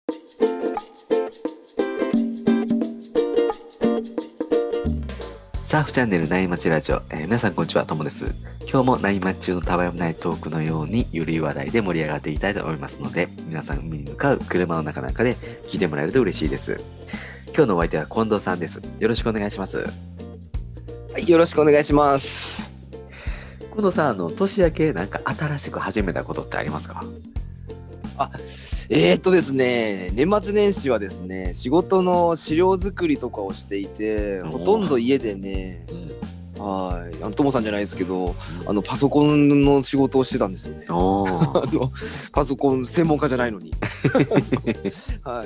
サーフチャンネル内町ラジオ、皆さんこんにちは、ともです。今日も内町中のたわいもないトークのようにゆるい話題で盛り上がっていきたいと思いますので、皆さん海に向かう車の中なんかで聞いてもらえると嬉しいです。今日のお相手は近藤さんです。よろしくお願いします。 はい、よろしくお願いします。 近藤さん、年明けなんか新しく始めたことってありますか？ ですね、年末年始はですね、仕事の資料作りとかをしていて、ほとんど家でね、ともさんじゃないですけど、パソコンの仕事をしてたんですよね。パソコン専門家じゃないのに。はい。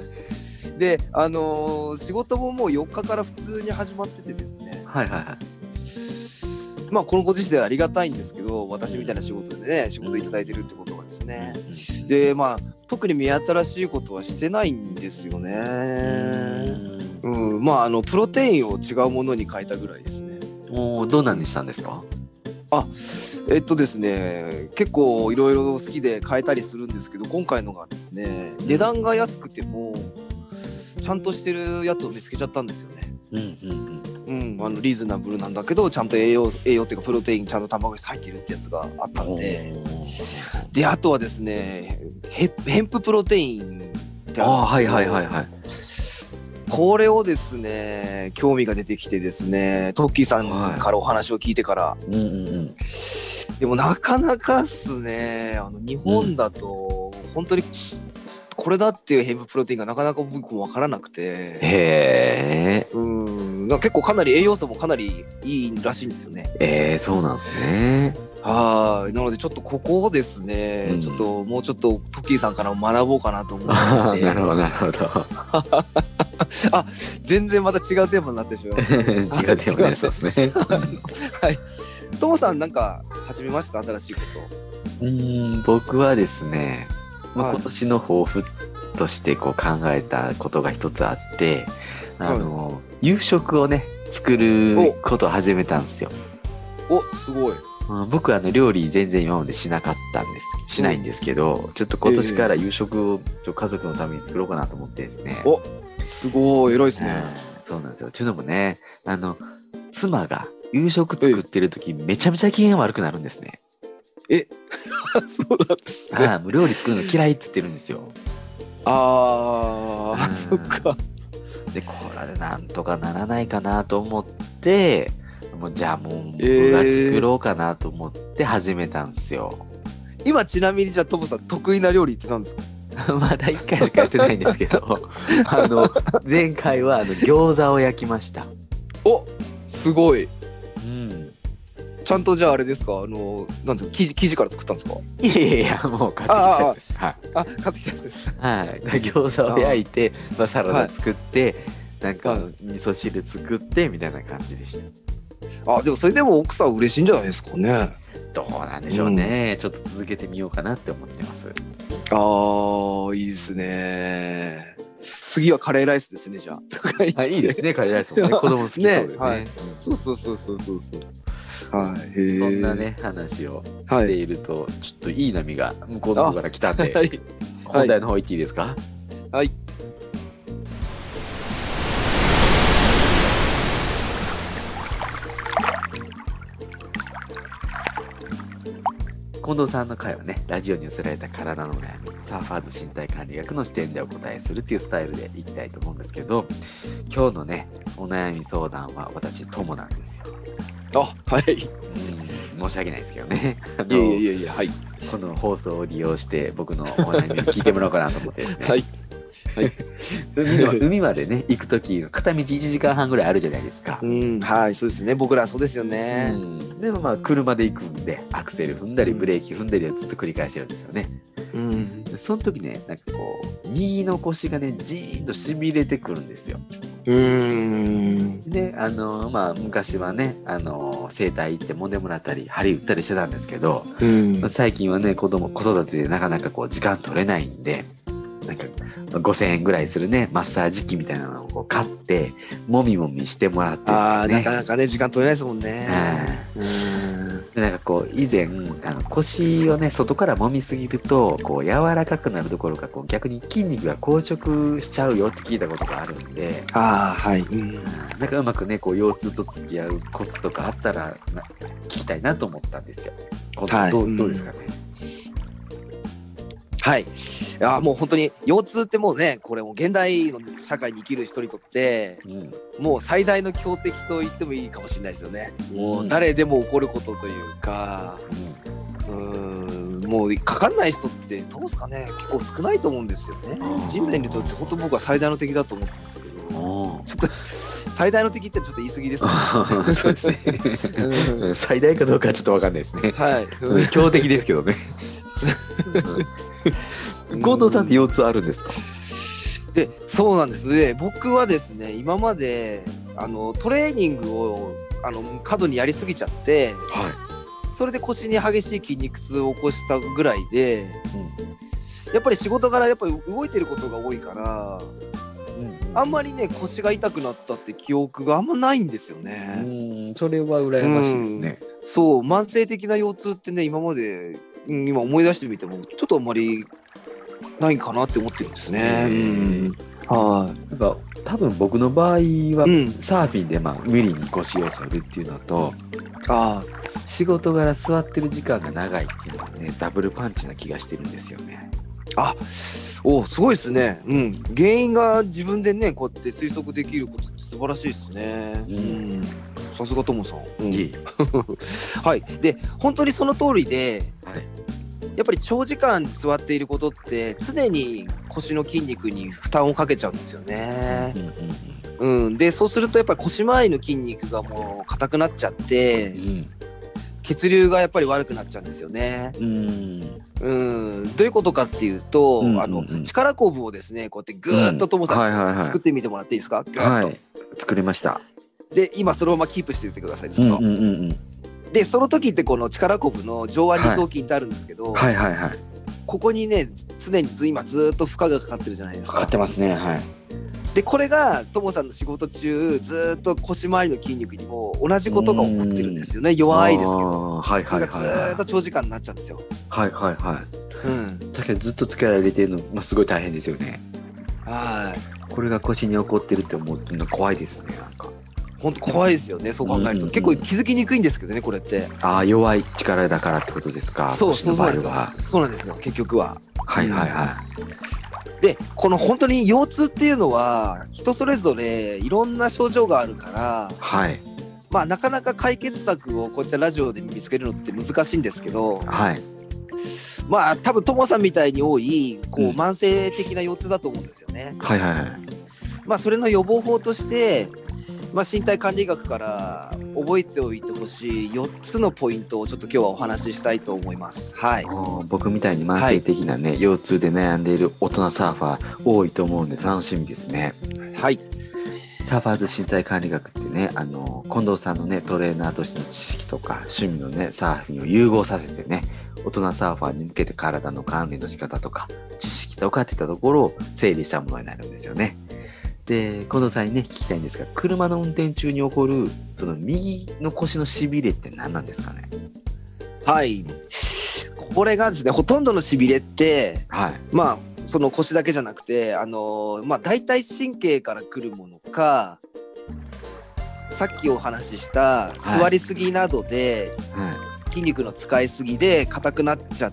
で、仕事ももう4日から普通に始まっててですね。 はいはいはい。 まあこのご時世でありがたいんですけど、私みたいな仕事でね、仕事いただいてるってことがですね。で、まあ特に目新しいことはしてないんですよね。まあプロテインを違うものに変えたぐらいですね。 どうなんにしたんですか？ ですね、結構いろいろ好きで変えたりするんですけど、今回のがですね、値段が安くてもちゃんとしてるやつを見つけちゃったんですよね。リーズナブルなんだけどちゃんと栄養っていうかプロテインちゃんと卵質入ってるってやつがあったんで、であとはですねヘンププロテインってあるんですけど、これをですね興味が出てきてですね、トッキーさんからお話を聞いてから、でもなかなかっすね、日本だと本当にこれだっていうヘンププロテインがなかなか僕も分からなくて、結構かなり栄養素もかなりいいらしいんですよね。 そうなんですね。 なのでちょっとここをですね、ちょっともうちょっとトッキーさんから学ぼうかなと思って。 なるほどなるほど。 全然また違うテーマになってしまう。違うテーマね、そうですね。 はい。トモさんなんか始めました？新しいこと。 僕はですね、今年の抱負としてこう考えたことが一つあって、夕食をね作ることを始めたんですよ。 すごい。 僕は料理全然今までしないんですけど、ちょっと今年から夕食を家族のために作ろうかなと思ってですね。 すごい偉いですね。 そうなんですよ。というのもね、妻が夕食作ってる時めちゃめちゃ機嫌悪くなるんですね。 そうなんですね。 もう料理作るの嫌いっつってるんですよ。 そっか。 でこれでなんとかならないかなと思って、じゃあもう僕が作ろうかなと思って始めたんですよ。 今ちなみにじゃあトモさん得意な料理って何ですか？ まだ1回しかやってないんですけど前回は餃子を焼きました。 すごい。ちゃんとじゃああれですか、なんて生地から作ったんですか？ いやもう買ってきたやつです。 買ってきたやつです。 餃子を焼いて、サラダ作って、なんか味噌汁作ってみたいな感じでした。 でもそれでも奥さん嬉しいんじゃないですかね。 どうなんでしょうね。ちょっと続けてみようかなって思ってます。 いいですね。次はカレーライスですね、じゃあ。いいですね、カレーライスもね。子供好きそうでね。 そう。 そんなね話をしていると、ちょっといい波が向こうの方から来たんで、本題の方行っていいですか？ はい。 近藤さんの回はね、ラジオに寄せられた体の悩み、サーファーズ身体管理学の視点でお答えするっていうスタイルでいきたいと思うんですけど、今日のねお悩み相談は私友なんですよ。 はい。 申し訳ないですけどね。 いや、はい。 この放送を利用して僕のお悩みを聞いてもらおうかなと思ってですね。 はい。 海までね行く時片道1時間半ぐらいあるじゃないですか。 はい、そうですね。僕らそうですよね。 でも車で行くんでアクセル踏んだりブレーキ踏んだりをずっと繰り返してるんですよね。その時ね、なんかこう右の腰がねジーンとしびれてくるんですよ。で昔はね整体行って揉んでもらったり針打ったりしてたんですけど、最近はね子育てでなかなかこう時間取れないんで、なんか5000円ぐらいするねマッサージ機みたいなのをこう買ってもみもみしてもらってですね。 なかなかね時間取れないですもんね。 でなんかこう以前腰をね外から揉みすぎるとこう柔らかくなるどころかこう逆に筋肉が硬直しちゃうよって聞いたことがあるんで、 ああ、はい。 なんかうまくねこう腰痛と付き合うコツとかあったら聞きたいなと思ったんですよ。 はいどうですかね。 はい。いやもう本当に腰痛ってもうね、これもう現代の社会に生きる人にとって、もう最大の強敵と言ってもいいかもしれないですよね。もう誰でも起こることというか、もうかかんない人ってどうですかね、結構少ないと思うんですよね。人類にとって本当僕は最大の敵だと思ってますけど、ちょっと最大の敵ってちょっと言い過ぎですね。 そうですね。最大かどうかはちょっと分かんないですね。 はい。 強敵ですけどね。近藤さんって腰痛あるんですか？ で、そうなんです。で、僕はですね、今までトレーニングを過度にやりすぎちゃって、 はい、 それで腰に激しい筋肉痛を起こしたぐらいで、やっぱり仕事からやっぱり動いてることが多いから、あんまりね腰が痛くなったって記憶があんまないんですよね。 それは羨ましいですね。 そう、慢性的な腰痛ってね、今まで、今思い出してみてもちょっとあんまりないかなって思ってるんですね。はい。 なんか多分僕の場合は、サーフィンで無理に腰を反るっていうのと、仕事柄座ってる時間が長いっていうのはね、ダブルパンチな気がしてるんですよね。 すごいですね。原因が自分でねこうやって推測できることって素晴らしいですね。さすがともさん。はい。で、本当にその通りで、やっぱり長時間座っていることって常に腰の筋肉に負担をかけちゃうんですよね。で、そうするとやっぱり腰回りの筋肉がもう硬くなっちゃって、血流がやっぱり悪くなっちゃうんですよね。どういうことかっていうと、力こぶをですねこうやってぐーっとともさん作ってみてもらっていいですか？ 作りました。 で、今そのままキープしていてください。ずっと。で、その時ってこの力こぶの上腕二頭筋ってあるんですけど、ここにね常に今ずっと負荷がかかってるじゃないですか。 かかってますね。 で、これがともさんの仕事中ずっと腰回りの筋肉にも同じことが起こってるんですよね。弱いですけど、それがずっと長時間になっちゃうんですよ。だけどずっと力入れてるの、すごい大変ですよね。これが腰に起こってるって思うと怖いですね。なんか本当怖いですよね。そう考えると結構気づきにくいんですけどね、これって。弱い力だからってことですか？そうなんですよ、結局は。で、この本当に腰痛っていうのは人それぞれいろんな症状があるから、なかなか解決策をこういったラジオで見つけるのって難しいんですけど、多分ともさんみたいに多い慢性的な腰痛だと思うんですよね。それの予防法として、身体管理学から覚えておいてほしい4つのポイントをちょっと今日はお話ししたいと思います。僕みたいに慢性的なね、腰痛で悩んでいる大人サーファー多いと思うんで楽しみですね。サーファーズ身体管理学ってね、近藤さんのねトレーナーとしての知識とか趣味のねサーフィンを融合させてね、大人サーファーに向けて体の管理の仕方とか知識とかっていったところを整理したものになるんですよね。で、近藤さんにね聞きたいんですが、車の運転中に起こるその右の腰のしびれって何なんですかね？これがですね、ほとんどのしびれって、その腰だけじゃなくて大腿神経から来るものか、さっきお話しした座りすぎなどで、筋肉の使いすぎで硬くなっちゃって、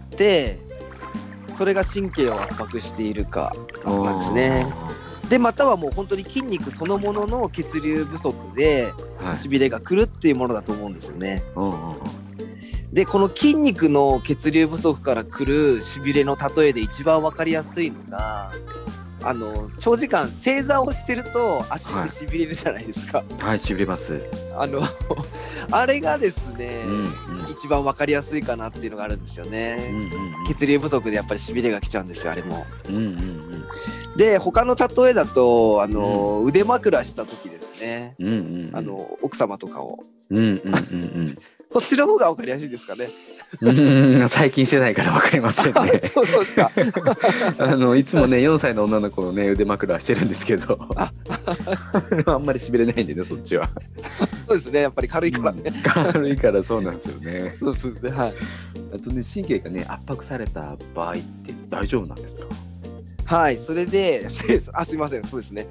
それが神経を圧迫しているかなんですね。で、またはもう本当に筋肉そのものの血流不足でしびれが来るっていうものだと思うんですよね。で、この筋肉の血流不足から来るしびれの例えで一番分かりやすいのが、長時間正座をしてると足ってしびれるじゃないですか。しびれます。あれがですね、一番分かりやすいかなっていうのがあるんですよね。血流不足でやっぱりしびれが来ちゃうんですよ、あれも。で、他の例えだと腕枕した時ですね、奥様とかをこっちの方が分かりやすいですかね。最近してないから分かりませんね。そうですか。いつもね4歳の女の子のね腕枕はしてるんですけどあんまりしびれないんでね、そっちは。 そうですね、やっぱり軽いからね。 軽いからそうなんですよね。 そうですね、はい。 あとね、神経がね、圧迫された場合って大丈夫なんですか？ はい、それで、すいません、そうですね。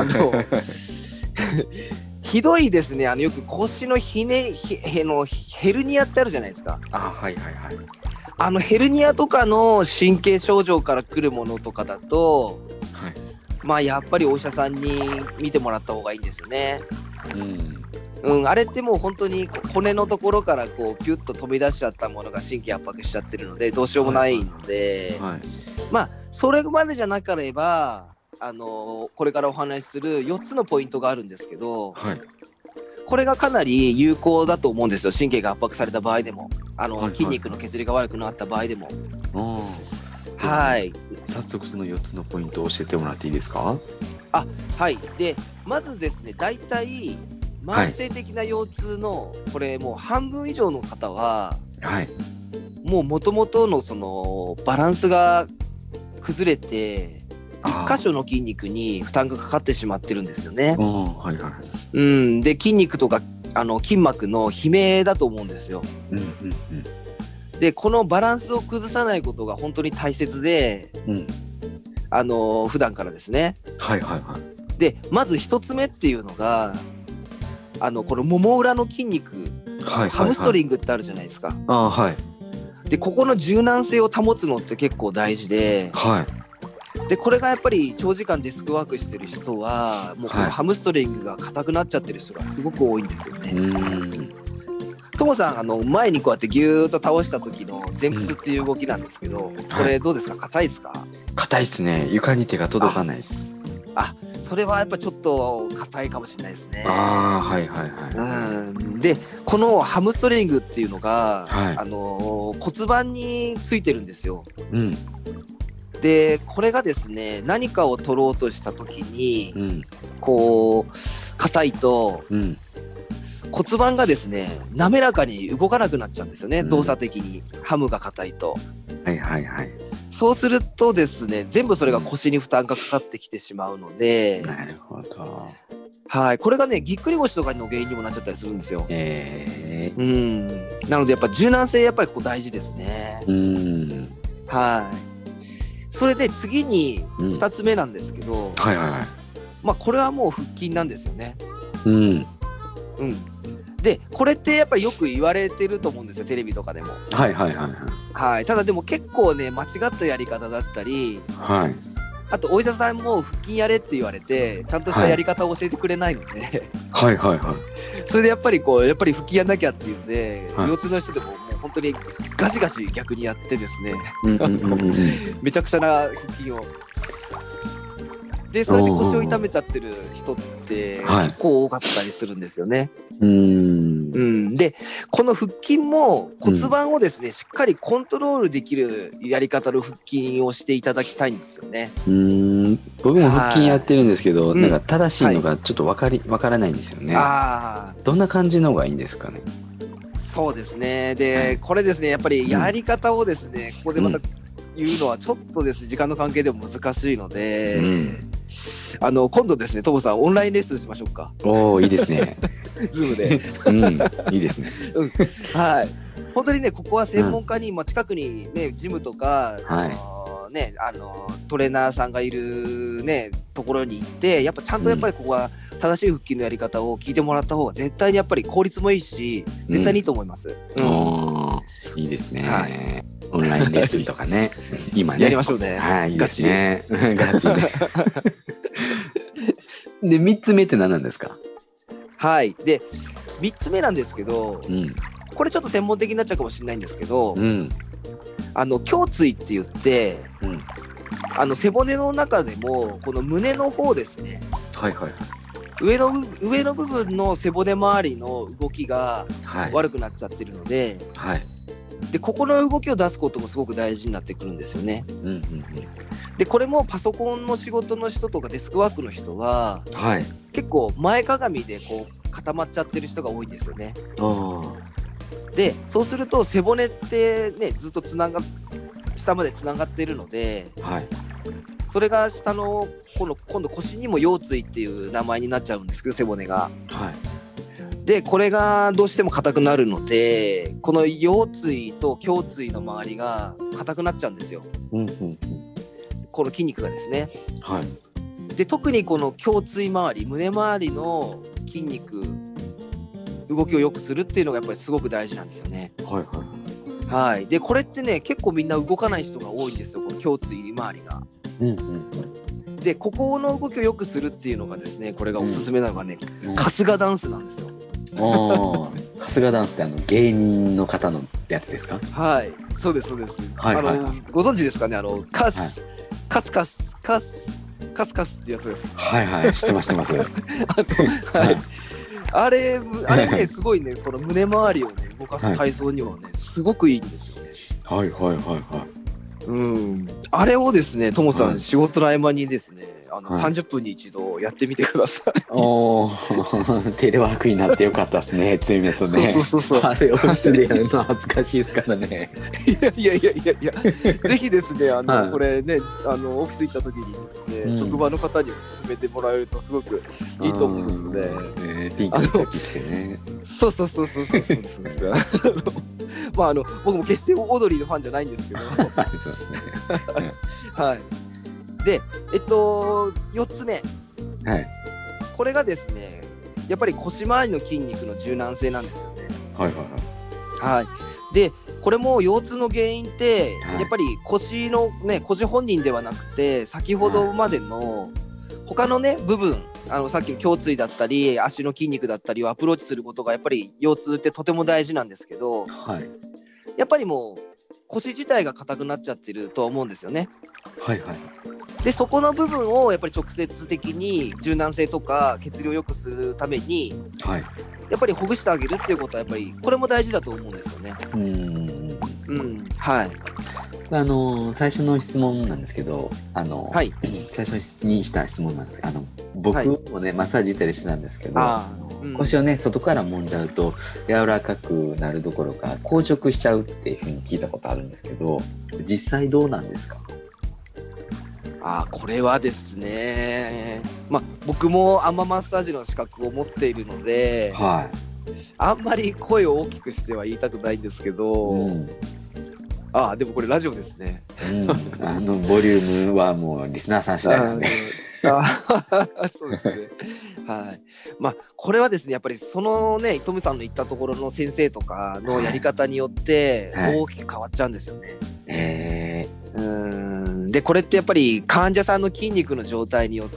ひどいですね、よく腰のヘルニアってあるじゃないですか。 はいはいはい。 ヘルニアとかの神経症状から来るものとかだと、 はい。 まあやっぱりお医者さんに見てもらった方がいいんですよね。あれってもう本当に骨のところからこうピュッと飛び出しちゃったものが神経圧迫しちゃってるのでどうしようもないので、まあそれまでじゃなければこれからお話しする4つのポイントがあるんですけど、これがかなり有効だと思うんですよ。神経が圧迫された場合でも筋肉の血流が悪くなった場合でも。はい。 早速その4つのポイントを教えてもらっていいですか？ はい。でまずですね、だいたい慢性的な腰痛の、これもう半分以上の方は、もう元々のそのバランスが崩れて1箇所の筋肉に負担がかかってしまってるんですよね。で筋肉とか筋膜の悲鳴だと思うんですよ。でこのバランスを崩さないことが本当に大切で、普段からですね。でまず1つ目っていうのがこのもも裏の筋肉、ハムストリングってあるじゃないですか。でここの柔軟性を保つのって結構大事で、でこれがやっぱり長時間デスクワークしてる人はもうこのハムストリングが硬くなっちゃってる人がすごく多いんですよね。ともさん前にこうやってギューッと倒した時の前屈っていう動きなんですけど、これどうですか？硬いですか？ 硬いですね。床に手が届かないです。 それはやっぱちょっと硬いかもしれないですね。でこのハムストリングっていうのが、骨盤についてるんですよ。でこれがですね、何かを取ろうとした時に、こう硬いと、骨盤がですね滑らかに動かなくなっちゃうんですよね、動作的にハムが硬いと。そうするとですね、全部それが腰に負担がかかってきてしまうので、 なるほど。 これがねぎっくり腰とかの原因にもなっちゃったりするんですよ。なのでやっぱ柔軟性やっぱりここ大事ですね。それで次に2つ目なんですけど、まあこれはもう腹筋なんですよね。でこれってやっぱりよく言われてると思うんですよ、テレビとかでも。ただでも結構ね間違ったやり方だったり、あとお医者さんも腹筋やれって言われてちゃんとしたやり方を教えてくれないので、それでやっぱり腹筋やんなきゃっていうので、腰痛の人でももう本当にガシガシ逆にやってですねめちゃくちゃな腹筋を。でそれで腰を痛めちゃってる人って結構多かったりするんですよね。でこの腹筋も骨盤をですね、しっかりコントロールできるやり方の腹筋をしていただきたいんですよね。 僕も腹筋やってるんですけど、なんか正しいのがちょっとわからないんですよね。どんな感じの方がいいんですかね？ そうですね。でこれですね、やっぱりやり方をですね、ここでまた言うのはちょっとですね時間の関係でも難しいので、今度ですねトモさんオンラインレッスンしましょうか。 いいですね。 ズームでいいですね。 本当にねここは専門家に、近くにねジムとか、トレーナーさんがいるねところに行って、やっぱちゃんとやっぱりここは正しい腹筋のやり方を聞いてもらった方が絶対にやっぱり効率もいいし絶対にいいと思います。 いいですね。オンラインレッスンとかね今ねやりましょうね。 いいですね。ガチで3つ目って何なんですか？ で3つ目なんですけど、これちょっと専門的になっちゃうかもしれないんですけど、胸椎って言って、背骨の中でもこの胸の方ですね、上の部分の背骨周りの動きが悪くなっちゃってるので、でここの動きを出すこともすごく大事になってくるんですよね。でこれもパソコンの仕事の人とかデスクワークの人は、結構前かがみでこう固まっちゃってる人が多いんですよね。でそうすると背骨ってねずっと下までつながっているので、それが下の今度腰にも腰椎っていう名前になっちゃうんですけど、背骨が。 でこれがどうしても硬くなるので、この腰椎と胸椎の周りが硬くなっちゃうんですよ。この筋肉がですね。 はい。 で特にこの胸椎周り、胸周りの筋肉、動きを良くするっていうのがやっぱりすごく大事なんですよね。はい。でこれってね、結構みんな動かない人が多いんですよ、この胸椎周りが。でここの動きを良くするっていうのがですね、これがおすすめなのがね、春日ダンスなんですよ。 春日ダンスって芸人の方のやつですか？ はい、そうですそうです。ご存知ですかね、カスカスってやつです。 はいはい、知ってます知ってます。 あれね、すごいね、この胸周りをね動かす体操にはね、すごくいいんですよね。あれをですね、ともさん、仕事の合間にですね、30分に一度やってみてください。 テレワークになってよかったですね、ついめとね。そう。あれをすでやるの恥ずかしいですからね。 いや、ぜひですね、これね、オフィス行った時にですね、職場の方にも勧めてもらえるとすごくいいと思うんですので。 ピンクの時着てね。 そうです。まあ僕も決してオードリーのファンじゃないんですけど。そうですね。はい。で、4つ目、はい、これがですね、やっぱり腰回りの筋肉の柔軟性なんですよね。はい。でこれも腰痛の原因って、やっぱり腰のね、腰本人ではなくて、先ほどまでの他のね部分、さっきの胸椎だったり足の筋肉だったりをアプローチすることがやっぱり腰痛ってとても大事なんですけど、やっぱりもう腰自体が硬くなっちゃってるとは思うんですよね。でそこの部分をやっぱり直接的に柔軟性とか血流を良くするために、やっぱりほぐしてあげるっていうことはやっぱりこれも大事だと思うんですよね。 最初の質問なんですけど、最初にした質問なんですけど、僕もね、マッサージ行ったりしてたんですけど、腰をね外から揉んじゃうと柔らかくなるどころか硬直しちゃうっていうふうに聞いたことあるんですけど、実際どうなんですか？ これはですね、僕もアンママッサージの資格を持っているので、あんまり声を大きくしては言いたくないんですけど、でもこれラジオですね。 ボリュームはもうリスナーさん次第なんで。 そうですね。これはですね、やっぱりそのね、トムさんの言ったところの先生とかのやり方によって大きく変わっちゃうんですよね。でこれってやっぱり患者さんの筋肉の状態によって、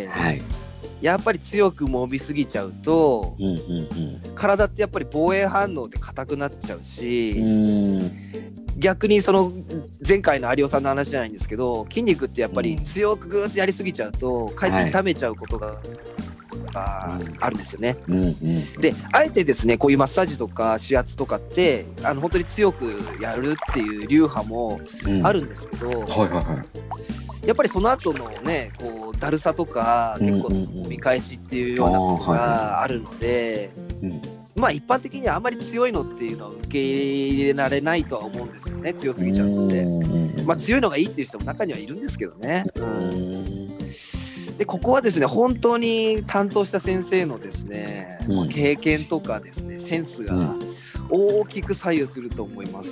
やっぱり強く揉みすぎちゃうと、体ってやっぱり防衛反応で硬くなっちゃうし、逆にその前回の有尾さんの話じゃないんですけど、筋肉ってやっぱり強くグーってやりすぎちゃうとかえって痛めちゃうことがあるんですよね。であえてですね、こういうマッサージとか指圧とかって本当に強くやるっていう流派もあるんですけど、やっぱりその後のね、こうだるさとか結構見返しっていうようなことがあるので、一般的にはあんまり強いのっていうのは受け入れられないとは思うんですよね、強すぎちゃうので。強いのがいいっていう人も中にはいるんですけどね。でここはですね、本当に担当した先生のですね、経験とかですね、センスが大きく左右すると思います。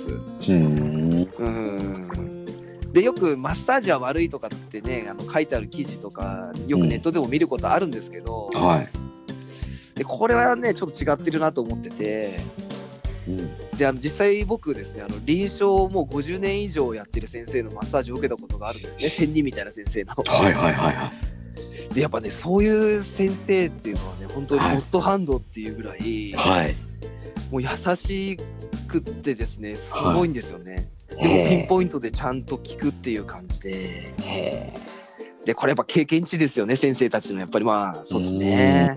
でよくマッサージは悪いとかってね、書いてある記事とかよくネットでも見ることあるんですけど、でこれはねちょっと違ってるなと思ってて、で実際僕ですね、臨床もう50年以上やってる先生のマッサージを受けたことがあるんですね、仙人みたいな先生の。でやっぱね、そういう先生っていうのはね、本当にホットハンドっていうぐらい、もう優しくってですね、すごいんですよね。でもピンポイントでちゃんと効くっていう感じで、でこれやっぱ経験値ですよね、先生たちの。やっぱりそうですね。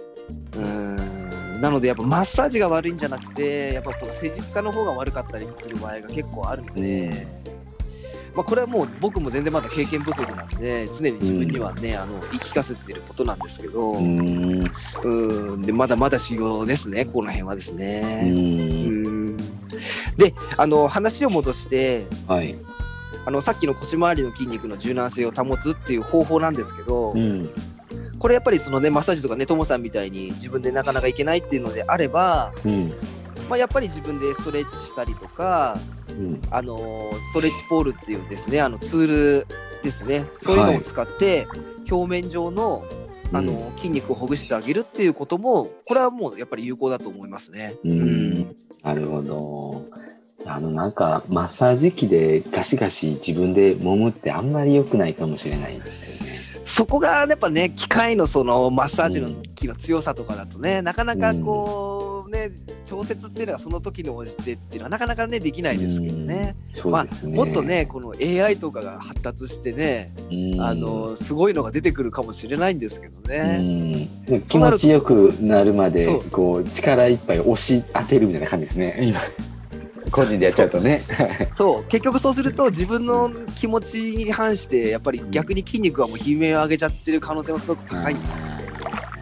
なのでやっぱマッサージが悪いんじゃなくて、やっぱこの施術者の方が悪かったりする場合が結構あるので、これはもう僕も全然まだ経験不足なんで、常に自分にはね、言い聞かせてることなんですけど、でまだまだ修行ですね、この辺はですね。で話を戻して、さっきの腰回りの筋肉の柔軟性を保つっていう方法なんですけど、 これやっぱりそのねマッサージとかね、ともさんみたいに自分でなかなか行けないっていうのであれば、やっぱり自分でストレッチしたりとか、ストレッチポールっていうですねツールですね、そういうのを使って表面上の筋肉をほぐしてあげるっていうことも、これはもうやっぱり有効だと思いますね。 なるほど。なんかマッサージ機でガシガシ自分で揉むってあんまり良くないかもしれないですよね。 そこがやっぱね、機械のそのマッサージの機の強さとかだとね、なかなかこうね、調節っていうのはその時に応じてっていうのはなかなかねできないですけどね。 そうですね。 もっとねこの AI とかが発達してね、すごいのが出てくるかもしれないんですけどね。 気持ちよくなるまでこう力いっぱい押し当てるみたいな感じですね。今個人でやっちゃうとね。 そう結局そうすると自分の気持ちに反してやっぱり逆に筋肉はもう悲鳴を上げちゃってる可能性もすごく高いんです。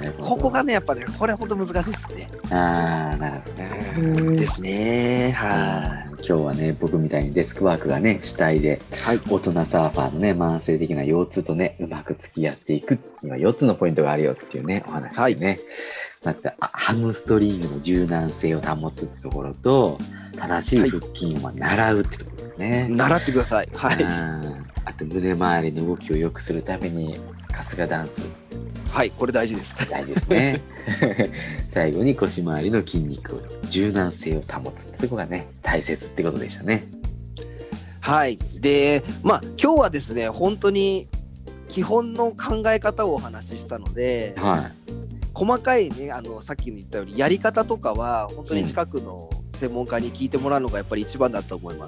ここがねやっぱねこれは本当難しいですね。 なるほどですね。 今日はね僕みたいにデスクワークがね主体で、大人サーファーのね慢性的な腰痛とねうまく付き合っていくには4つのポイントがあるよっていうねお話でね、まずハムストリングの柔軟性を保つってところと、正しい腹筋を習うってところですね。 習ってください。 あと胸周りの動きを良くするために春日ダンス。 これ大事です。 大事ですね。最後に腰回りの筋肉を柔軟性を保つってところがね大切ってことでしたね。 で今日はですね本当に基本の考え方をお話ししたので、細かいねさっき言ったようにやり方とかは本当に近くの専門家に聞いてもらうのがやっぱり一番だと思います。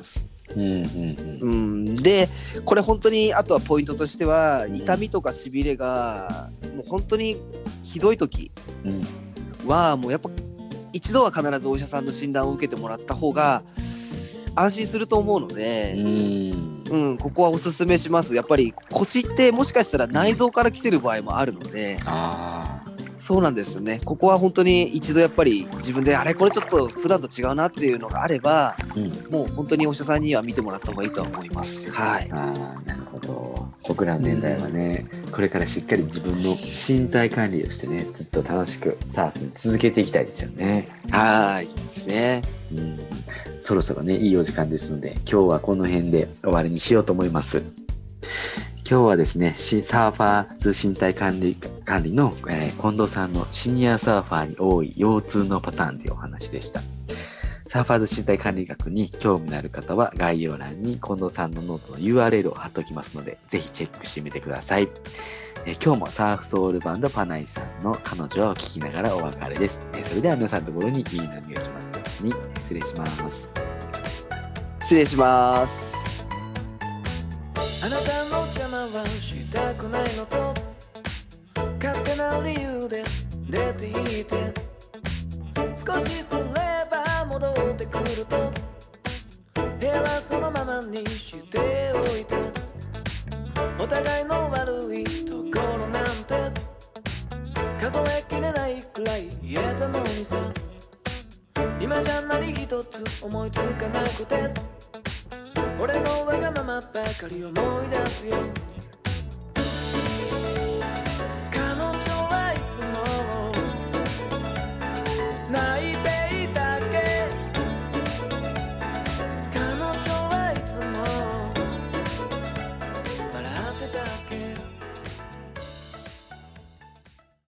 でこれ本当にあとはポイントとしては、痛みとかしびれがもう本当にひどい時はもうやっぱ一度は必ずお医者さんの診断を受けてもらった方が安心すると思うので、ここはおすすめします。やっぱり腰ってもしかしたら内臓から来てる場合もあるので、そうなんですよね。ここは本当に一度やっぱり自分であれこれちょっと普段と違うなっていうのがあれば、もう本当にお医者さんには見てもらった方がいいとは思います。なるほど。僕らの年代はね、これからしっかり自分の身体管理をしてね、ずっと楽しくサーフィン続けていきたいですよね。 ですね。 そろそろねいいお時間ですので、今日はこの辺で終わりにしようと思います。今日はですね、サーファーズ身体管理の、近藤さんのシニアサーファーに多い腰痛のパターンというお話でした。サーファーズ身体管理学に興味のある方は概要欄に近藤さんのノートの URL を貼っておきますので、ぜひチェックしてみてください。今日もサーフソウルバンドパナイさんの彼女を聞きながらお別れです。それでは皆さんのところにいい波が来ますように。失礼します。 失礼します。 あなたの邪魔はしたくないのと、勝手な理由で出ていて、少しすれば戻ってくると、部屋はそのままにしておいて、お互いの悪いところなんて数えきれないくらい言えたのにさ、今じゃ何一つ思いつかなくて、俺のわがままばかり思い出すよ。